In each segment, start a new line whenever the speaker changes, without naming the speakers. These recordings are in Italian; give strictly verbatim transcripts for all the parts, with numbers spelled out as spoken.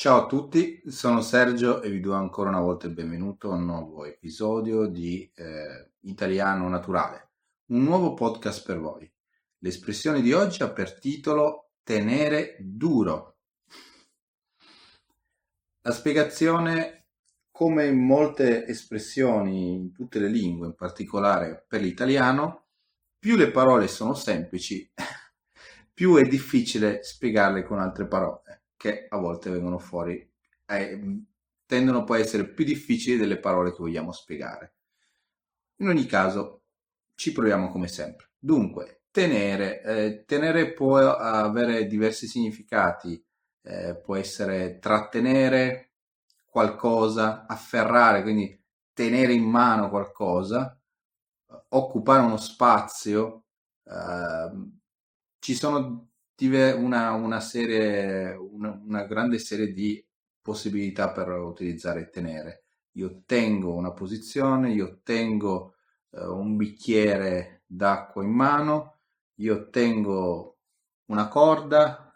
Ciao a tutti, sono Sergio e vi do ancora una volta il benvenuto a un nuovo episodio di eh, Italiano Naturale, un nuovo podcast per voi. L'espressione di oggi ha per titolo tenere duro. La spiegazione, come in molte espressioni in tutte le lingue, in particolare per l'italiano, più le parole sono semplici, più è difficile spiegarle con altre parole, che a volte vengono fuori, eh, tendono poi a essere più difficili delle parole che vogliamo spiegare. In ogni caso, ci proviamo come sempre. Dunque, tenere, eh, tenere può avere diversi significati, eh, può essere trattenere qualcosa, afferrare, quindi tenere in mano qualcosa, occupare uno spazio. ehm, Ci sono dive- una, una serie, una, una grande serie di possibilità per utilizzare tenere. Io tengo una posizione, io tengo eh, un bicchiere d'acqua in mano, io tengo una corda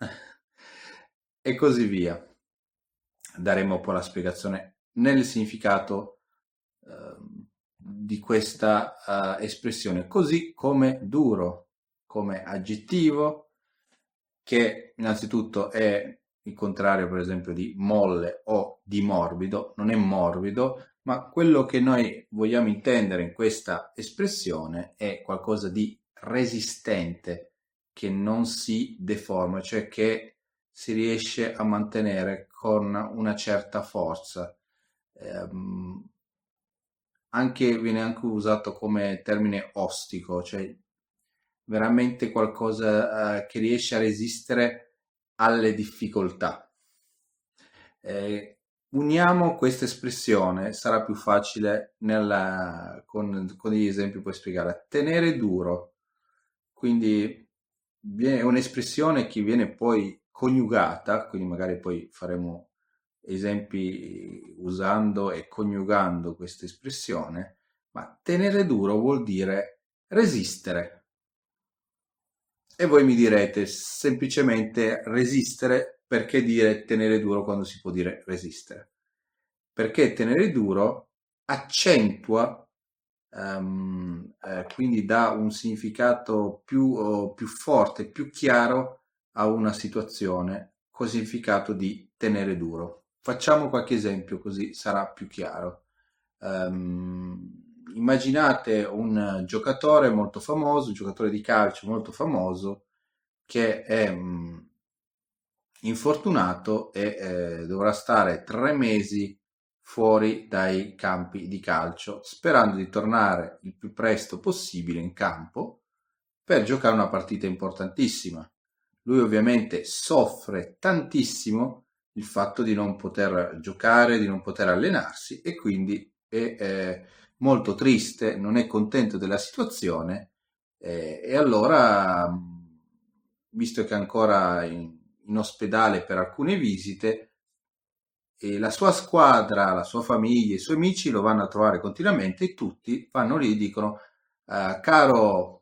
e così via. Daremo poi la spiegazione nel significato ehm, di questa eh, espressione, così come duro, come aggettivo, che innanzitutto è il contrario, per esempio, di molle o di morbido, non è morbido, ma quello che noi vogliamo intendere in questa espressione è qualcosa di resistente, che non si deforma, cioè che si riesce a mantenere con una certa forza. Ehm, anche, viene anche usato come termine ostico, cioè veramente qualcosa eh, che riesce a resistere alle difficoltà. Eh, uniamo questa espressione, sarà più facile nella, con, con degli esempi puoi spiegare. Tenere duro, quindi viene- è un'espressione che viene poi coniugata, quindi magari poi faremo esempi usando e coniugando questa espressione, ma tenere duro vuol dire resistere. E voi mi direte semplicemente resistere, perché dire tenere duro quando si può dire resistere? Perché tenere duro accentua, ehm, eh, quindi dà un significato più, oh, più forte, più chiaro a una situazione, col significato di tenere duro. Facciamo qualche esempio così sarà più chiaro. Ehm, immaginate un giocatore molto famoso, un giocatore di calcio molto famoso che è mh, infortunato e eh, dovrà stare tre mesi fuori dai campi di calcio, sperando di tornare il più presto possibile in campo per giocare una partita importantissima. Lui ovviamente soffre tantissimo il fatto di non poter giocare, di non poter allenarsi e quindi è eh, molto triste, non è contento della situazione eh, e allora, mh, visto che è ancora in, in ospedale per alcune visite, e la sua squadra, la sua famiglia, i suoi amici lo vanno a trovare continuamente e tutti vanno lì e dicono eh, caro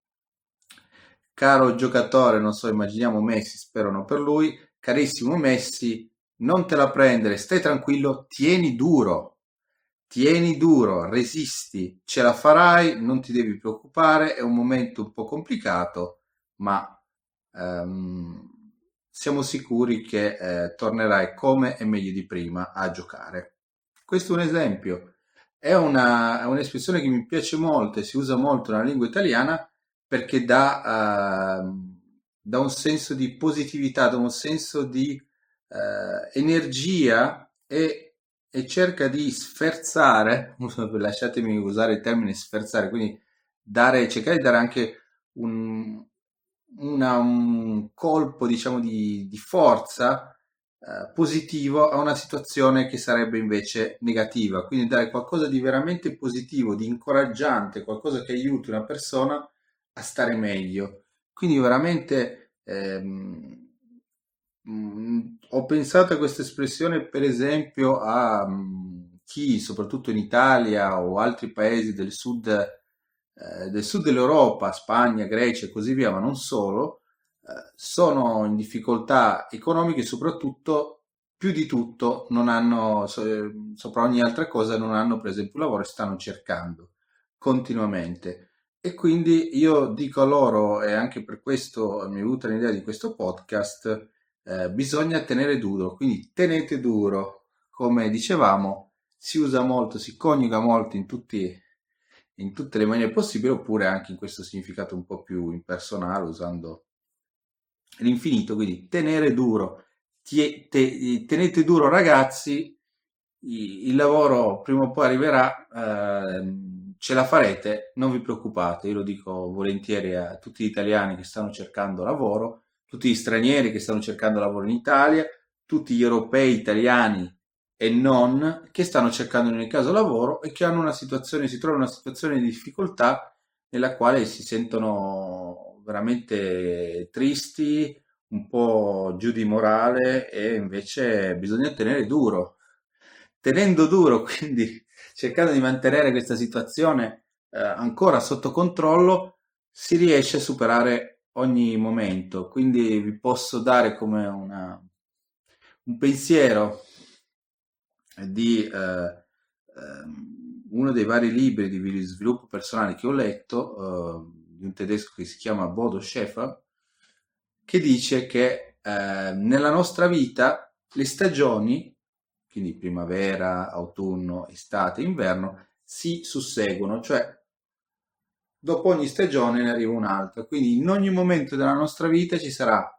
Caro giocatore, non so, immaginiamo Messi, sperano per lui, carissimo Messi, non te la prendere, stai tranquillo, tieni duro, tieni duro, resisti, ce la farai, non ti devi preoccupare, è un momento un po' complicato, ma ehm, siamo sicuri che eh, tornerai come e meglio di prima a giocare. Questo è un esempio, è una, è un'espressione che mi piace molto e si usa molto nella lingua italiana perché dà, ehm, dà un senso di positività, dà un senso di eh, energia e, e cerca di sferzare, lasciatemi usare il termine sferzare, quindi dare, cercare di dare anche un, una- un colpo, diciamo, di, di forza eh, positivo a una situazione che sarebbe invece negativa, quindi dare qualcosa di veramente positivo, di incoraggiante, qualcosa che aiuti una persona a stare meglio. Quindi veramente ehm, mh, ho pensato a questa espressione per esempio a mh, chi, soprattutto in Italia o altri paesi del sud, eh, del sud dell'Europa, Spagna, Grecia e così via, ma non solo, eh, sono in difficoltà economiche soprattutto più di tutto non hanno, so- sopra ogni altra cosa, non hanno per esempio un lavoro e stanno cercando continuamente. E quindi io dico a loro, e anche per questo mi è venuta l'idea di questo podcast, eh, bisogna tenere duro, quindi tenete duro, come dicevamo, si usa molto, si coniuga molto in tutti, in tutte le maniere possibili, oppure anche in questo significato un po' più impersonale, usando l'infinito, quindi tenere duro. Tie- te- tenete duro ragazzi, i- il lavoro prima o poi arriverà, ehm, ce la farete, non vi preoccupate, io lo dico volentieri a tutti gli italiani che stanno cercando lavoro, tutti gli stranieri che stanno cercando lavoro in Italia, tutti gli europei italiani e non che stanno cercando in ogni caso lavoro e che hanno una situazione, si trovano in una situazione di difficoltà nella quale si sentono veramente tristi, un po' giù di morale e invece bisogna tenere duro. Tenendo duro, quindi cercando di mantenere questa situazione eh, ancora sotto controllo, si riesce a superare ogni momento. Quindi vi posso dare come una, un pensiero di eh, ehm, uno dei vari libri di sviluppo personale che ho letto, eh, di un tedesco che si chiama Bodo Schäfer, che dice che eh, nella nostra vita le stagioni, quindi primavera, autunno, estate, inverno, si susseguono, cioè dopo ogni stagione ne arriva un'altra. Quindi in ogni momento della nostra vita ci sarà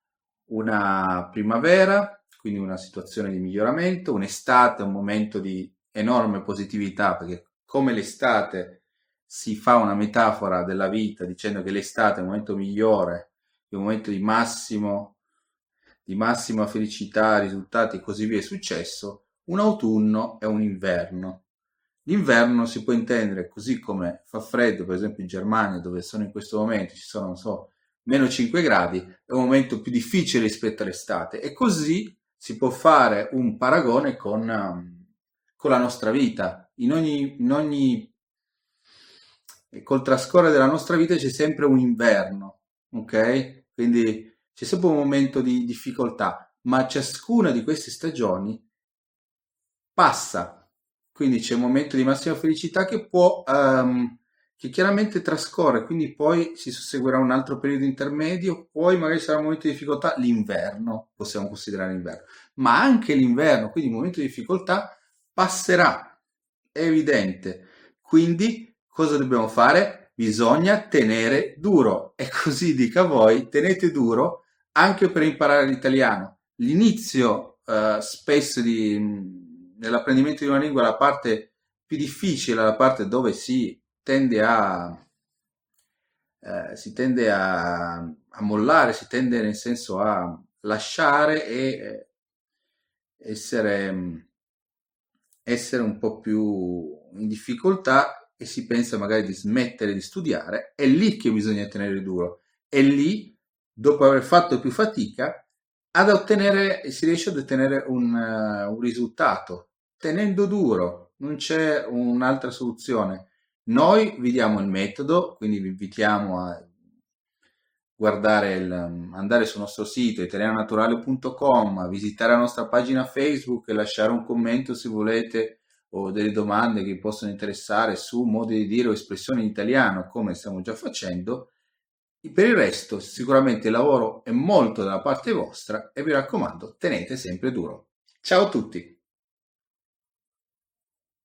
una primavera, quindi una situazione di miglioramento, un'estate, un momento di enorme positività, perché come l'estate si fa una metafora della vita dicendo che l'estate è il momento migliore, è un momento di massimo, di massima felicità, risultati e così via è successo, un autunno è un inverno. L'inverno si può intendere così come fa freddo, per esempio in Germania, dove sono in questo momento, ci sono, non so, meno cinque gradi, è un momento più difficile rispetto all'estate. E così si può fare un paragone con, um, con la nostra vita. In ogni, in ogni, e col trascorrere della nostra vita c'è sempre un inverno, ok? Quindi c'è sempre un momento di difficoltà, ma ciascuna di queste stagioni passa, quindi c'è un momento di massima felicità che può, ehm, che chiaramente trascorre, quindi poi si susseguirà un altro periodo intermedio, poi magari sarà un momento di difficoltà, l'inverno, possiamo considerare l'inverno, ma anche l'inverno, quindi il momento di difficoltà passerà, è evidente. Quindi cosa dobbiamo fare? Bisogna tenere duro e così dica a voi, tenete duro anche per imparare l'italiano. L'inizio eh, spesso di, nell'apprendimento di una lingua, la parte più difficile, la parte dove si tende a, eh, si tende a, a mollare, si tende nel senso a lasciare e eh, essere, mh, essere un po' più in difficoltà e si pensa magari di smettere di studiare, è lì che bisogna tenere duro, è lì, dopo aver fatto più fatica, ad ottenere, si riesce ad ottenere un, eh, un risultato, tenendo duro, non c'è un'altra soluzione. Noi vi diamo il metodo, quindi vi invitiamo a guardare il, andare sul nostro sito italianonaturale punto com, visitare la nostra pagina Facebook e lasciare un commento se volete o delle domande che vi possono interessare su modi di dire o espressioni in italiano, come stiamo già facendo. Per il resto, sicuramente il lavoro è molto dalla parte vostra e vi raccomando, tenete sempre duro. Ciao a tutti!